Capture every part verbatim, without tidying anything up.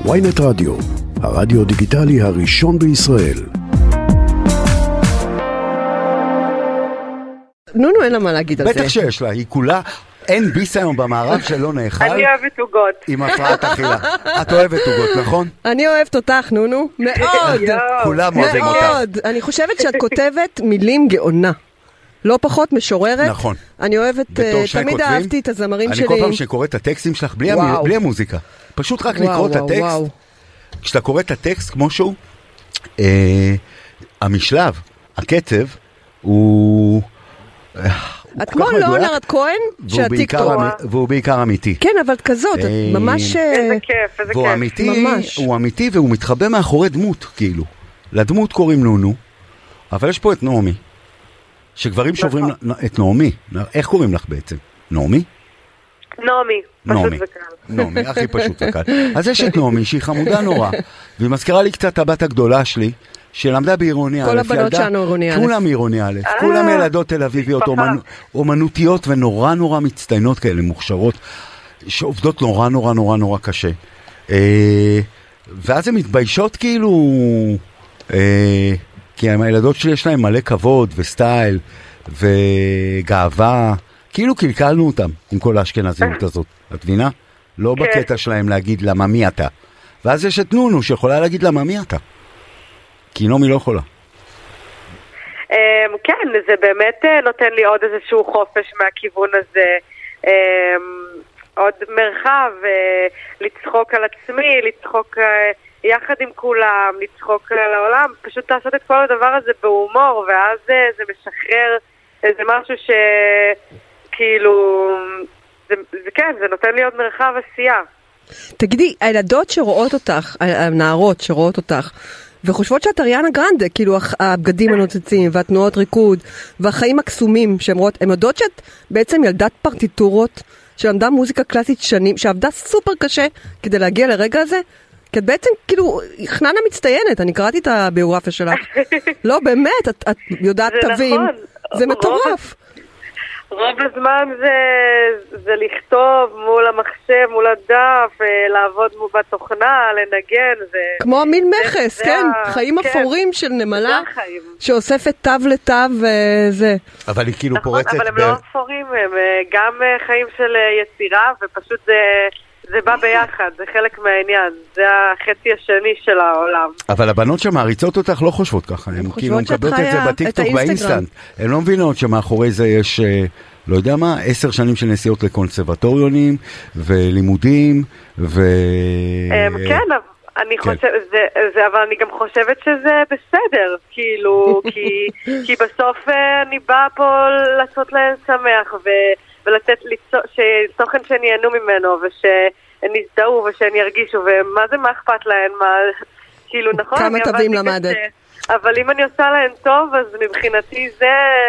וויינט רדיו, הרדיו דיגיטלי הראשון בישראל. נונו, אין לה מה להגיד על זה. בטח שיש לה, היא כולה, אין ביס היום במערב שלא נאכל. אני אוהבת עוגות. עם הפרעת אכילה. את אוהבת עוגות, נכון? אני אוהבת אותך, נונו, מאוד. כולם אוהבים אותך. מאוד. אני חושבת שאת כותבת מילים גאונה. לא פחות משוררת. נכון. אני אוהבת, תמיד אהבתי את הזמרים שלי. אני כל פעם שקורא את הטקסטים שלך בלי המוזיקה. פשוט רק לקרוא את הטקסט. כשאתה קורא את הטקסט כמו שהוא, המשלב, הקצב, הוא... את כמו לונרד כהן שהטיקטוק. והוא בעיקר אמיתי. כן, אבל כזאת, את ממש... איזה כיף, איזה כיף. הוא אמיתי והוא מתחבא מאחורי דמות, כאילו. לדמות קוראים נונו, אבל יש פה את נעמי. שגברים שוברים את נעמי. איך קוראים לך בעצם? נעמי? נעמי, פשוט וקל. נעמי, הכי פשוט וקל. אז יש את נעמי שהיא חמודה נורא, והיא מזכירה לי קצת הבת הגדולה שלי, שלמדה בעירוני א', כל הבנות שלנו עירוני א'. כולם עירוני א', כולם ילדות תל אביביות, אומנותיות ונורא נורא מצטיינות כאלה, מוכשרות, שעובדות נורא נורא נורא נורא קשה. ואז הן מתביישות כאילו, כי הילדות שלי יש להן מלא כבוד וסטייל וגאווה, כאילו קלקלנו אותם עם כל האשכנזיות הזאת, את מבינה? לא בקטע שלהם להגיד למה מי אתה. ואז יש את נונו שיכולה להגיד למה מי אתה. כי נעמי לא יכולה. כן, זה באמת נותן לי עוד איזשהו חופש מהכיוון הזה, עוד מרחב, לצחוק על עצמי, לצחוק יחד עם כולם, לצחוק על העולם, פשוט לעשות את כל הדבר הזה בהומור, ואז זה משחרר איזה משהו שכאילו, זה, זה כן, זה נותן לי עוד מרחב עשייה. תגידי, הילדות שרואות אותך, הנערות שרואות אותך, וחושבות שאת אריאנה גרנדה, כאילו הבגדים הנוצצים והתנועות ריקוד והחיים הקסומים שהן רואות, הן יודעות שאת בעצם ילדת פרטיטורות שלמדה מוזיקה קלאסית שנים, שעבדה סופר קשה כדי להגיע לרגע הזה, כי את בעצם כאילו חננה מצטיינת, אני קראתי את הביוגרפיה שלך. לא, באמת, את, את יודעת תווים, זה מטורף. רוב הזמן זה, זה לכתוב מול המחשב, מול הדף, לעבוד בתוכנה, לנגן. זה, כמו מין מכס, זה, כן, זה, חיים כן. אפורים של נמלה, שאוספת תו לתו וזה. אבל היא כאילו נכון, פורצת... אבל הם ב... לא אפורים, הם גם חיים של יצירה, ופשוט זה... זה בא ביחד, זה חלק מהעניין, זה החצי השני של העולם. אבל הבנות שמעריצות אותך לא חושבות ככה, הן כאילו מקבלות את זה בטיקטוק באינסטנט, הן לא מבינות שמאחורי זה יש, לא יודע מה, עשר שנים של נסיעות לקונסרבטוריונים ולימודים ו... כן, אני חושבת, אבל אני גם חושבת שזה בסדר, כאילו, כי בסוף אני באה פה לעשות להן שמח ו... ולתת תוכן שהן ייהנו ממנו, ושהן יזדהו, ושהן ירגישו, ומה זה מה אכפת להן, מה, כאילו, נכון? כמה תווים למדת. אבל אם אני עושה להן טוב, אז מבחינתי זה,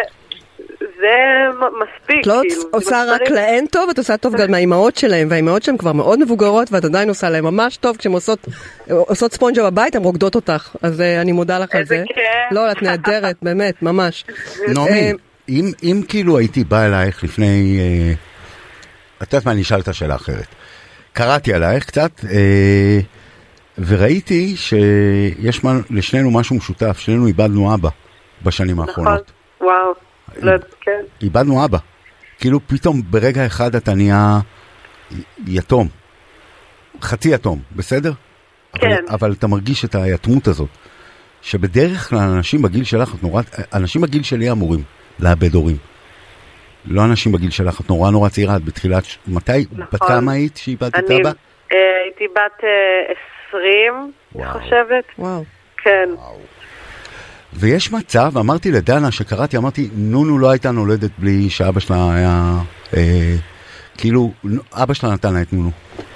זה מספיק. את לא עושה רק להן טוב, את עושה טוב גם מהאימהות שלהן, והאימהות שלהן כבר מאוד מבוגרות, ואת עדיין עושה להן ממש טוב, כשהן עושות ספונג'ה בבית, הן רוקדות אותך. אז אני מודה לך על זה. לא, את נהדרת, באמת, ממש. נעמי. אם, אם כאילו הייתי בא אלייך לפני, אה, את יודעת מה, אני אשאל את השאלה אחרת. קראתי עלייך קצת, אה, וראיתי שיש מה, לשנינו משהו משותף, שנינו איבדנו אבא בשנים האחרונות. נכון, וואו, לא, כן. איבדנו אבא. כאילו פתאום ברגע אחד אתה נהיה יתום. חצי יתום, בסדר? כן. אבל, אבל אתה מרגיש את היתמות הזאת. שבדרך כלל אנשים בגיל שלך, נורא, אנשים בגיל שלי אמורים. לאבד הורים. לא אנשים בגיל שלך, את נורא נורא צעירה, את בתחילת, מתי, בת כמה היית שאיבדת את אבא? הייתי בת עשרים, אני חושבת. וואו. כן. ויש מצב, אמרתי לדנה שקראתי, אמרתי, נונו לא הייתה נולדת בלי שאבא שלה היה, כאילו, אבא שלה נתן לה את נונו.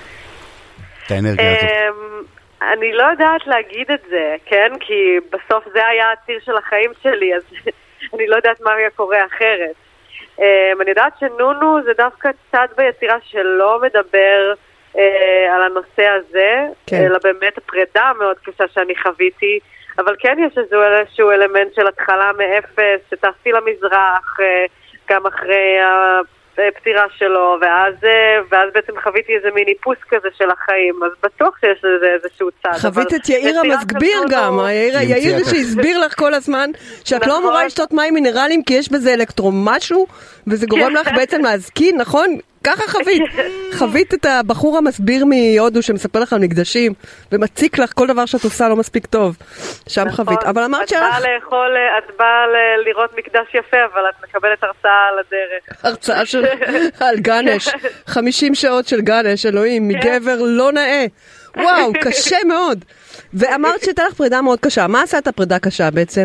את האנרגיה הזאת. אני לא יודעת להגיד את זה, כן? כי בסוף זה היה הציר של החיים שלי, אז... אני לא יודעת מה היה קורה אחרת. אני יודעת שנונו זה דווקא צד ביצירה שלא מדבר על הנושא הזה, כן. אלא באמת הפרידה מאוד קשה שאני חוויתי, אבל כן יש איזשהו אלמנט של התחלה מאפס, שטסתי למזרח, גם אחרי הפטירה שלו, ואז, ואז בעצם חוויתי איזה מין איפוס כזה של החיים, אז בטוח שיש לזה איזשהו צד. חווית את יאיר המסביר גם, יאיר שהסביר לך כל הזמן, שאת לא אמורה לשתות מים מינרליים, כי יש בזה אלקטרו משהו, וזה גורם לך בעצם להזקין, נכון? ככה חווית, חווית את הבחור המסביר מהודו שמספר לך על מקדשים, ומציק לך כל דבר שאת עושה לא מספיק טוב. שם חווית. אבל אמרת שלך... את באה לאכול, את באה לראות מקדש יפה, אבל את מקבלת הרצאה על הדרך. הרצאה של... על גנש. חמישים שעות של גנש, אלוהים, מגבר לא נאה. וואו, קשה מאוד. ואמרת שהייתה לך פרידה מאוד קשה. מה עשה את הפרידה קשה בעצם?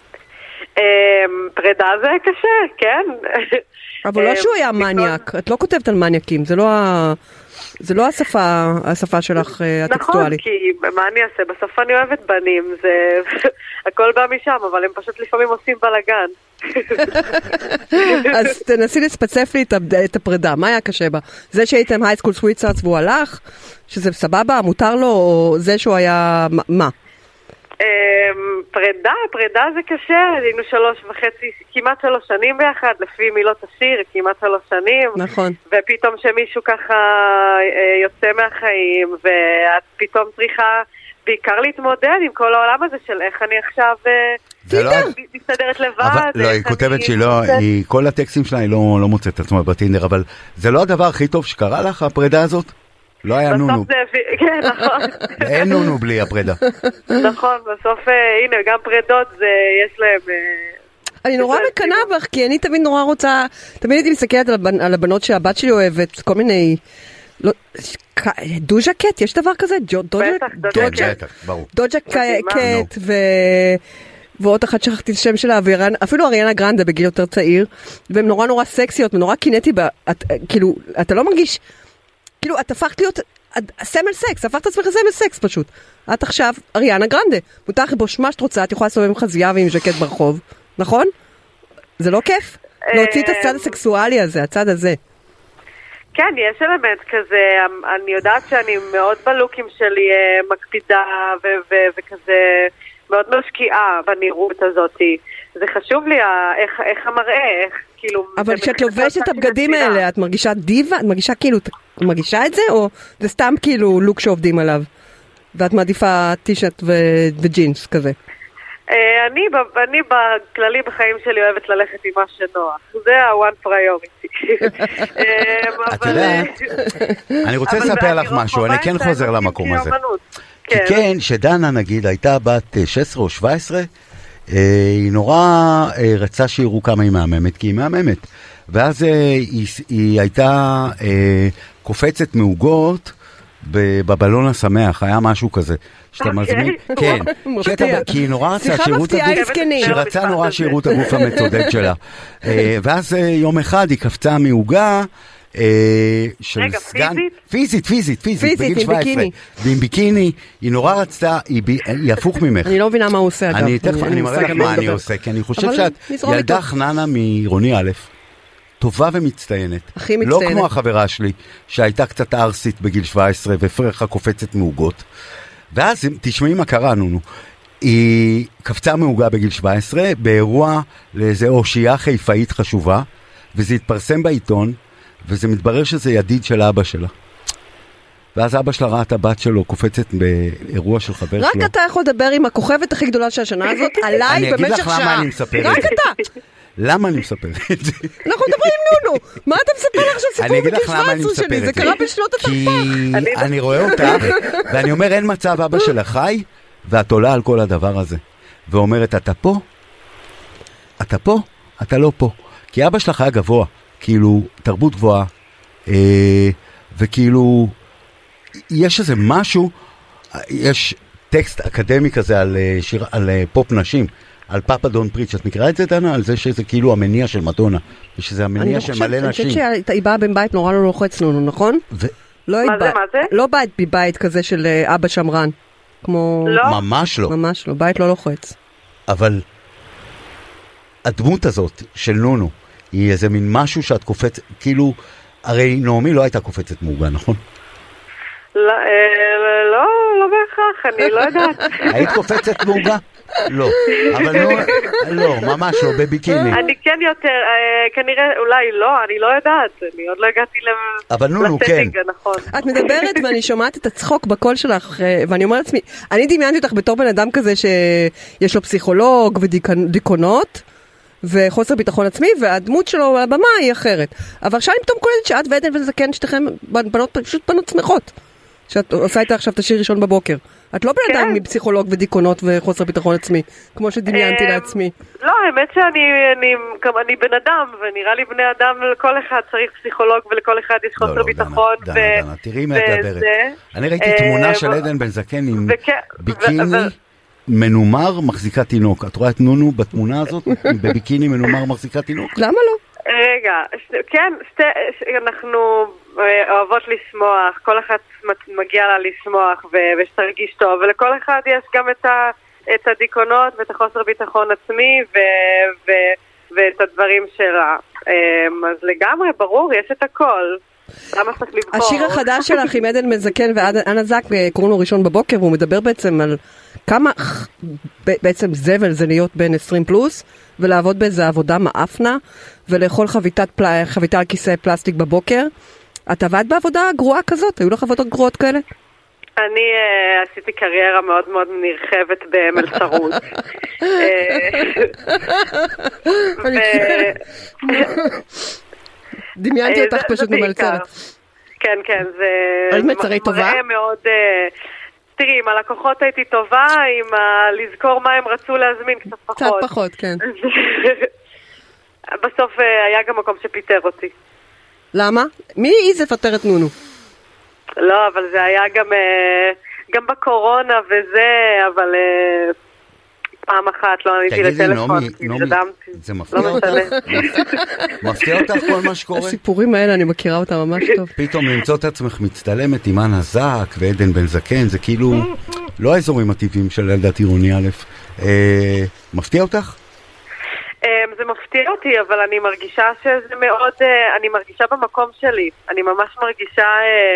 פרידה זה קשה, כן. אבל לא שהוא היה מניאק, את לא כותבת על מניאקים, זה לא ה... זה לא השפה, השפה שלך הטקסטואלית. נכון, כי מה אני אעשה? בסוף אני אוהבת בנים, זה... הכל בא משם, אבל הם פשוט לפעמים עושים בלגן. אז תנסי לספצף לי את הפרידה, מה היה קשה בה? זה שהייתם הייסקול סוויטסארטס והוא הלך, שזה סבבה, מותר לו, או זה שהוא היה... מה? פרידה, פרידה זה קשה, היינו שלוש וחצי, כמעט שלוש שנים ביחד, לפי מילות השיר, כמעט שלוש שנים. נכון. ופתאום שמישהו ככה יוצא מהחיים, ואת פתאום צריכה בעיקר להתמודד עם כל העולם הזה של איך אני עכשיו מסתדרת לבד. לא, היא כותבת שהיא לא, כל הטקסטים שלה היא לא מוצאת את עצמה בטינדר, אבל זה לא הדבר הכי טוב שקרה לך, הפרידה הזאת? לא היה נונו. כן, נכון. אין נונו בלי הפרידה. נכון, בסוף, הנה, גם פרידות, יש להם... אני נורא מקנה בך, כי אני תמיד נורא רוצה, תמיד הייתי מסתכלת על הבנות שהבת שלי אוהבת, כל מיני... דוז'ה קט, יש דבר כזה? דוז'ה קט, ועוד אחת שכחתי את השם שלה, אפילו אריאנה גרנדה בגיל יותר צעיר, והן נורא נורא סקסיות, ונורא קינאתי, כאילו, אתה לא מרגיש... כאילו, את הפכת להיות סמל סקס, הפכת עצמך סמל סקס פשוט. את עכשיו אריאנה גרנדה. מותר לך בו שמה שאת רוצה, את יכולה לסובב עם חזייה ועם ז'קט ברחוב, נכון? זה לא כיף? להוציא את הצד הסקסואלי הזה, הצד הזה. כן, יש אלמנט כזה, אני יודעת שאני מאוד בלוקים שלי מקפידה וכזה מאוד משקיעה בנראות הזאת. זה חשוב לי איך המראה, איך כאילו... אבל כשאת לובשת את הבגדים האלה, את מרגישה דיבה? את מרגישה כאילו, את מרגישה את זה? או זה סתם כאילו לוק שעובדים עליו? ואת מעדיפה טישרט וג'ינס כזה? אני בכללי בחיים שלי אוהבת ללכת עם מה שנוח. זה ה-one priority. את יודעת, אני רוצה לספר לך משהו, אני כן חוזר למקום הזה. כי כן, שדנה נגיד הייתה בת שש עשרה או שבע עשרה, היא נורא רצה שיראו כמה היא מהממת, כי היא מהממת. ואז היא, היא הייתה קופצת מעוגות בבלון השמח, היה משהו כזה. שאתה מזמין, כן, כי היא נורא רצה שירות הגוף, שרצה נורא שירות הגוף המצודד שלה. ואז יום אחד היא קפצה מעוגה, רגע, פיזית? פיזית, פיזית, פיזית, בגיל שבע עשרה. ועם ביקיני, היא נורא רצתה, היא הפוך ממך. אני לא מבינה מה הוא עושה, אגב. אני תכף, אני מראה לך מה אני עושה, כי אני חושב שאת ילדה חננה מעירוני א', טובה ומצטיינת. הכי מצטיינת. לא כמו החברה שלי, שהייתה קצת ארסית בגיל שבע עשרה, והפרחה קופצת מעוגות. ואז, תשמעי מה קרה, נונו. היא קפצה מעוגה בגיל שבע עשרה, באירוע לאיזו אושייה חיפאית חשובה, וזה התפרסם בעיתון, וזה מתברר שזה ידיד של אבא שלה. ואז אבא שלה ראה את הבת שלו קופצת באירוע של חבר שלו. רק אתה יכול לדבר עם הכוכבת הכי גדולה של השנה הזאת, עליי במשך שעה. אני אגיד לך למה אני מספר את זה. רק אתה. למה אני מספר את זה? אנחנו מדברים עם נונו. מה אתה מספר לך עכשיו סיפור בגיל שבע עשרה שלי? זה קרה בשנות התרפ"א. כי אני רואה אותך, ואני אומר, אין מצב, אבא שלה חי, ואת עולה על כל הדבר הזה. ואומרת, אתה פה? אתה פה? אתה לא פה. כי אבא שלך היה גבוה. כאילו, תרבות גבוהה, אה, וכאילו, יש איזה משהו, יש טקסט אקדמי כזה על, שיר, על פופ נשים, על פאפה דון פריץ', את מכירה את זה, דנה? על זה שזה כאילו המניע של מדונה, ושזה המניע של מלא נשים. אני חושבת שהיא באה בבית נורא לא לוחץ לנו, נכון? ו... לא מה זה, מה זה? לא בית בבית כזה של אבא שמרן, כמו... לא. ממש לא. ממש לא, בית לא לוחץ. אבל הדמות הזאת של נונו, היא איזה מין משהו שאת קופצת, כאילו, הרי נעמי לא הייתה קופצת מעוגה, נכון? לא, לא, לא בהכרח, אני לא יודעת. היית קופצת מעוגה? לא, אבל לא, לא, ממש לא, בביקיני. אני כן יותר, כנראה, אולי לא, אני לא יודעת, אני עוד לא הגעתי לסטינג הנכון. את מדברת ואני שומעת את הצחוק בקול שלך, ואני אומרת לעצמי, אני דמיינתי אותך בתור בן אדם כזה שיש לו פסיכולוג ודיכאונות, וחוסר ביטחון עצמי, והדמות שלו על הבמה היא אחרת. אבל עכשיו אני פתאום קולטת שאת ועדן ולזקן שתיכם בנות, פשוט בנות שמחות. שאת עושה איתה עכשיו את השיר ראשון בבוקר. את לא בן אדם מפסיכולוג ודיכאונות וחוסר ביטחון עצמי, כמו שדמיינתי לעצמי. לא, האמת שאני בן אדם, ונראה לי בני אדם, לכל אחד צריך פסיכולוג, ולכל אחד יש חוסר ביטחון. דנה, דנה, תראי מה את מדברת. אני ראיתי תמונה של עדן בן זקן עם ביקיני מנומר מחזיקה תינוק. את רואה את נונו בתמונה הזאת? בביקיני מנומר מחזיקה תינוק? למה לא? רגע, כן, אנחנו אוהבות לשמוח, כל אחד מגיע לה לשמוח ושתרגיש טוב, ולכל אחד יש גם את הדיכאונות ואת החוסר ביטחון עצמי ואת הדברים שלה. אז לגמרי, ברור, יש את הכל. למה צריך לבחור? השיר החדש שלך עם עדן מזקן ואנה זק, קוראים לו ראשון בבוקר, והוא מדבר בעצם על כמה בעצם זבל זה להיות בין עשרים פלוס, ולעבוד באיזו עבודה מאפנה, ולאכול חביתת פל... חביתה על כיסא פלסטיק בבוקר. את עבדת בעבודה גרועה כזאת? היו לך עבודות גרועות כאלה? אני uh, עשיתי קריירה מאוד מאוד נרחבת במלצרות. דמיינתי אותך פשוט במלצרת. כן, כן, זה מראה מאוד... תראי, עם הלקוחות הייתי טובה, עם לזכור מה הם רצו להזמין קצת פחות. קצת פחות, כן. בסוף היה גם מקום שפיטר אותי. למה? מי העיז לפטר את נונו? לא, אבל זה היה גם, גם בקורונה וזה, אבל פעם אחת לא עניתי לטלפון. תגידי, נעמי, נעמי, זה מפתיע אותך? מפתיע אותך כל מה שקורה? הסיפורים האלה, אני מכירה אותם ממש טוב. פתאום למצוא את עצמך מצטלמת עם אנה זק ועדן בן זקן, זה כאילו לא האזורים הטבעיים של ילדת עירוני א'. מפתיע אותך? זה מפתיע אותי, אבל אני מרגישה שזה מאוד, אני מרגישה במקום שלי. אני ממש מרגישה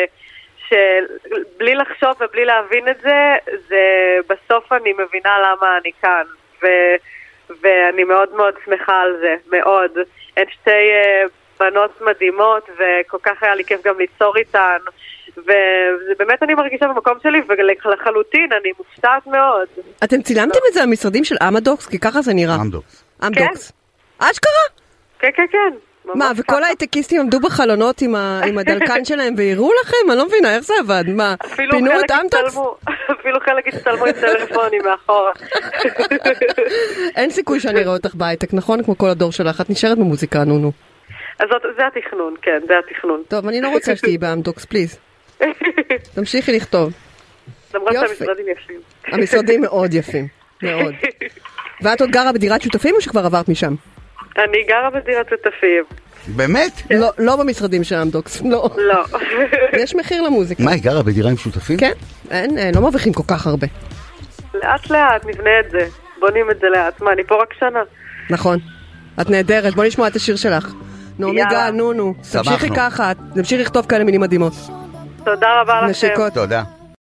שבלי לחשוב ובלי להבין את זה, זה בסוף אני מבינה למה אני כאן. ו, ואני מאוד מאוד שמחה על זה, מאוד. הן שתי בנות מדהימות, וכל כך היה לי כיף גם ליצור איתן. ובאמת אני מרגישה במקום שלי, ולחלוטין אני מופתעת מאוד. אתם צילמתם את זה במשרדים של אמדוקס? כי ככה זה נראה. אמדוקס. אמדוקס. אשכרה? כן, כן, כן. מה, וכל הייטקיסטים עמדו בחלונות עם הדלקן שלהם והראו לכם? אני לא מבינה, איך זה עבד? מה, פינו את אמדוקס? אפילו חלק הצטלמו עם טלפונים מאחורה. אין סיכוי שאני אראה אותך בהייטק, נכון? כמו כל הדור שלך. את נשארת במוזיקה, נונו. אז זה התכנון, כן, זה התכנון. טוב, אני לא רוצה שתהיי באמדוקס, פליז. תמשיכי לכתוב. למרות שהמשרדים יפים. המשרדים מאוד יפים, מאוד. ואת עוד גרה בדירת שותפים או שכבר עברת משם? אני גרה בדירת שותפים. באמת? לא, לא במשרדים של אמדוקס, לא. לא. יש מחיר למוזיקה. מה, היא גרה בדירה עם שותפים? כן, אין, לא מרוויחים כל כך הרבה. לאט לאט נבנה את זה, בונים את זה לאט. מה, אני פה רק שנה. נכון, את נהדרת, בוא נשמע את השיר שלך. נעמי גל, נונו, תמשיכי ככה, תמשיכי לכתוב כאלה מילים מדהימות. תודה רבה לכם. נשיקות. תודה.